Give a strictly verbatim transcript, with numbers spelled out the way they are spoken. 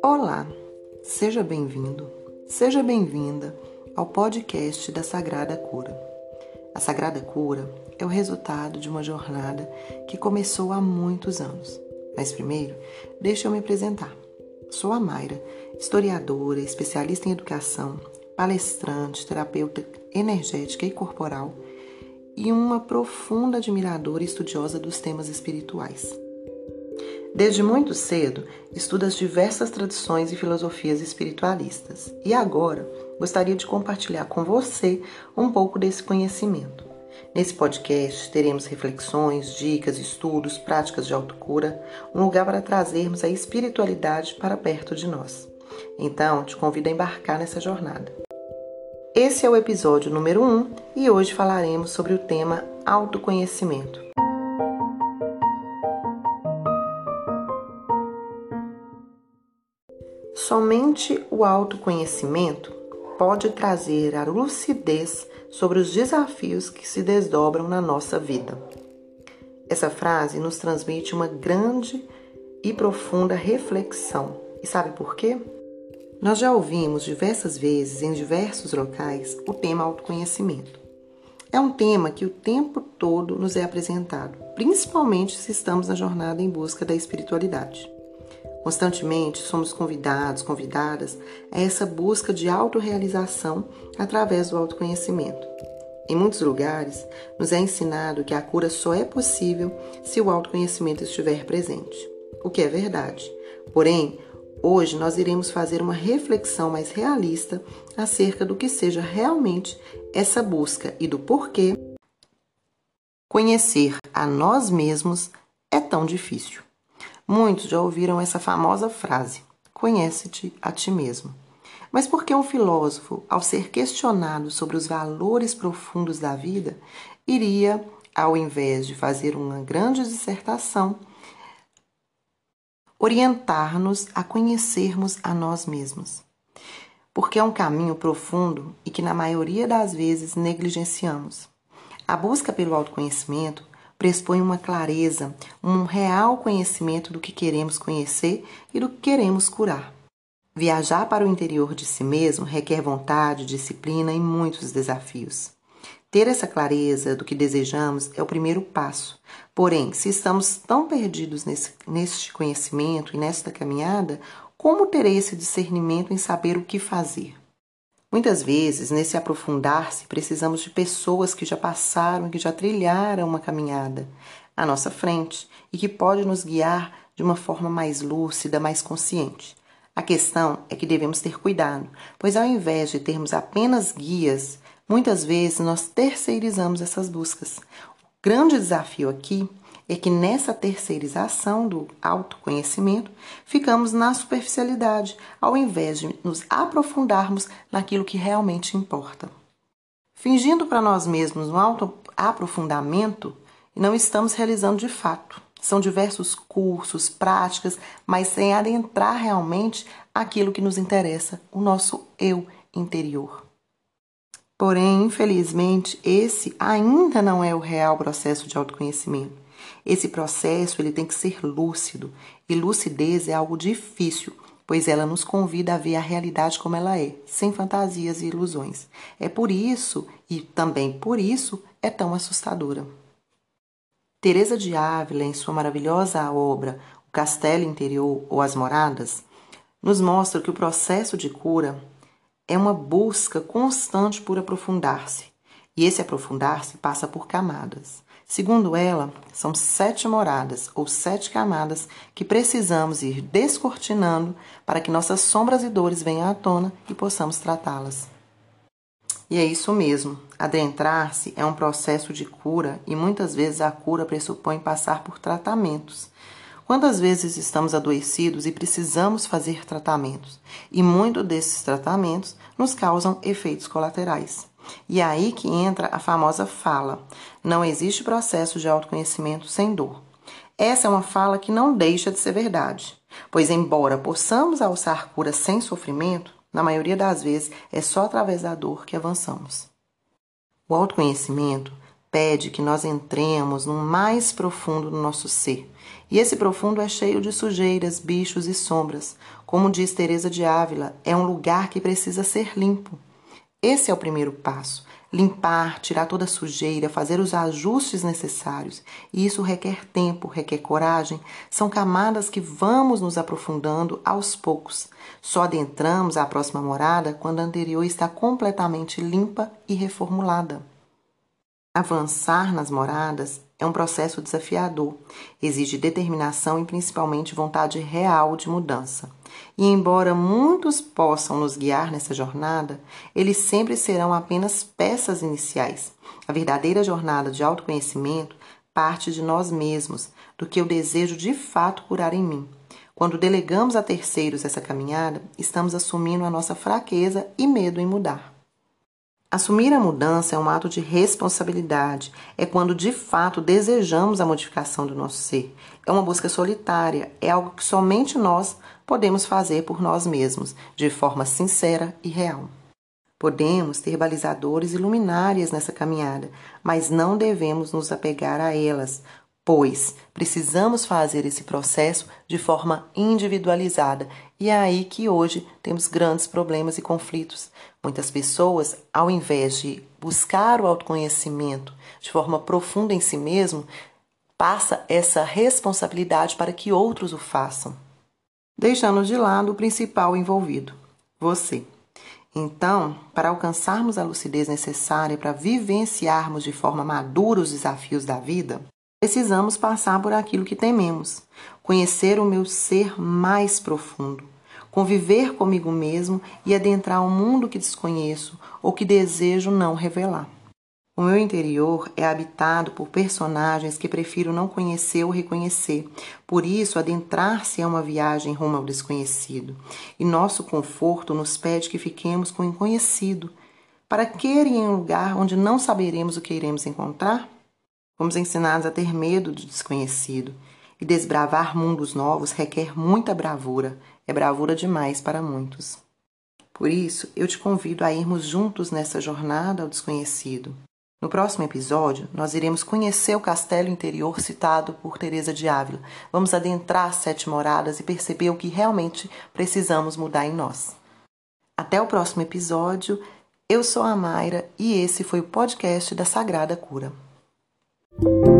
Olá, seja bem-vindo, seja bem-vinda ao podcast da Sagrada Cura. A Sagrada Cura é o resultado de uma jornada que começou há muitos anos. Mas primeiro, deixa eu me apresentar. Sou a Mayra, historiadora, especialista em educação, palestrante, terapeuta energética e corporal e uma profunda admiradora e estudiosa dos temas espirituais. Desde muito cedo, estudo as diversas tradições e filosofias espiritualistas e agora gostaria de compartilhar com você um pouco desse conhecimento. Nesse podcast teremos reflexões, dicas, estudos, práticas de autocura, um lugar para trazermos a espiritualidade para perto de nós. Então, te convido a embarcar nessa jornada. Esse é o episódio número um e hoje falaremos sobre o tema autoconhecimento. Somente o autoconhecimento pode trazer a lucidez sobre os desafios que se desdobram na nossa vida. Essa frase nos transmite uma grande e profunda reflexão. E sabe por quê? Nós já ouvimos diversas vezes, em diversos locais, o tema autoconhecimento. É um tema que o tempo todo nos é apresentado, principalmente se estamos na jornada em busca da espiritualidade. Constantemente somos convidados, convidadas a essa busca de autorrealização através do autoconhecimento. Em muitos lugares, nos é ensinado que a cura só é possível se o autoconhecimento estiver presente, o que é verdade. Porém, hoje nós iremos fazer uma reflexão mais realista acerca do que seja realmente essa busca e do porquê conhecer a nós mesmos é tão difícil. Muitos já ouviram essa famosa frase, conhece-te a ti mesmo. Mas por que um filósofo, ao ser questionado sobre os valores profundos da vida, iria, ao invés de fazer uma grande dissertação, orientar-nos a conhecermos a nós mesmos? Porque é um caminho profundo e que na maioria das vezes negligenciamos. A busca pelo autoconhecimento pressupõe uma clareza, um real conhecimento do que queremos conhecer e do que queremos curar. Viajar para o interior de si mesmo requer vontade, disciplina e muitos desafios. Ter essa clareza do que desejamos é o primeiro passo. Porém, se estamos tão perdidos nesse, neste conhecimento e nesta caminhada, como terei esse discernimento em saber o que fazer? Muitas vezes, nesse aprofundar-se, precisamos de pessoas que já passaram, que já trilharam uma caminhada à nossa frente e que pode nos guiar de uma forma mais lúcida, mais consciente. A questão é que devemos ter cuidado, pois ao invés de termos apenas guias, muitas vezes nós terceirizamos essas buscas. O grande desafio aqui é que nessa terceirização do autoconhecimento, ficamos na superficialidade, ao invés de nos aprofundarmos naquilo que realmente importa. Fingindo para nós mesmos um autoaprofundamento, não estamos realizando de fato. São diversos cursos, práticas, mas sem adentrar realmente aquilo que nos interessa, o nosso eu interior. Porém, infelizmente, esse ainda não é o real processo de autoconhecimento. Esse processo ele tem que ser lúcido, e lucidez é algo difícil, pois ela nos convida a ver a realidade como ela é, sem fantasias e ilusões. É por isso, e também por isso, é tão assustadora. Teresa de Ávila, em sua maravilhosa obra O Castelo Interior ou As Moradas, nos mostra que o processo de cura é uma busca constante por aprofundar-se, e esse aprofundar-se passa por camadas. Segundo ela, são sete moradas ou sete camadas que precisamos ir descortinando para que nossas sombras e dores venham à tona e possamos tratá-las. E é isso mesmo, adentrar-se é um processo de cura e muitas vezes a cura pressupõe passar por tratamentos. Quantas vezes estamos adoecidos e precisamos fazer tratamentos? E muitos desses tratamentos nos causam efeitos colaterais. E é aí que entra a famosa fala: não existe processo de autoconhecimento sem dor. Essa é uma fala que não deixa de ser verdade, pois embora possamos alçar cura sem sofrimento, na maioria das vezes é só através da dor que avançamos. O autoconhecimento pede que nós entremos no mais profundo do nosso ser. E esse profundo é cheio de sujeiras, bichos e sombras, Como diz Teresa de Ávila, é um lugar que precisa ser limpo. Esse é o primeiro passo. Limpar, tirar toda a sujeira, fazer os ajustes necessários. E isso requer tempo, requer coragem. São camadas que vamos nos aprofundando aos poucos. Só adentramos a próxima morada quando a anterior está completamente limpa e reformulada. Avançar nas moradas é um processo desafiador, exige determinação e principalmente vontade real de mudança. E embora muitos possam nos guiar nessa jornada, eles sempre serão apenas peças iniciais. A verdadeira jornada de autoconhecimento parte de nós mesmos, do que eu desejo de fato curar em mim. Quando delegamos a terceiros essa caminhada, estamos assumindo a nossa fraqueza e medo em mudar. Assumir a mudança é um ato de responsabilidade, é quando de fato desejamos a modificação do nosso ser. É uma busca solitária, é algo que somente nós podemos fazer por nós mesmos, de forma sincera e real. Podemos ter balizadores e luminárias nessa caminhada, mas não devemos nos apegar a elas, pois precisamos fazer esse processo de forma individualizada. E é aí que hoje temos grandes problemas e conflitos. Muitas pessoas, ao invés de buscar o autoconhecimento de forma profunda em si mesmo, passa essa responsabilidade para que outros o façam, deixando de lado o principal envolvido, você. Então, para alcançarmos a lucidez necessária para vivenciarmos de forma madura os desafios da vida, precisamos passar por aquilo que tememos, conhecer o meu ser mais profundo, conviver comigo mesmo e adentrar um mundo que desconheço ou que desejo não revelar. O meu interior é habitado por personagens que prefiro não conhecer ou reconhecer. Por isso, adentrar-se é uma viagem rumo ao desconhecido. E nosso conforto nos pede que fiquemos com o inconhecido. Para que ir em um lugar onde não saberemos o que iremos encontrar? Fomos ensinados a ter medo do desconhecido. E desbravar mundos novos requer muita bravura. É bravura demais para muitos. Por isso, eu te convido a irmos juntos nessa jornada ao desconhecido. No próximo episódio, nós iremos conhecer o castelo interior citado por Teresa de Ávila. Vamos adentrar as sete moradas e perceber o que realmente precisamos mudar em nós. Até o próximo episódio. Eu sou a Mayra e esse foi o podcast da Sagrada Cura.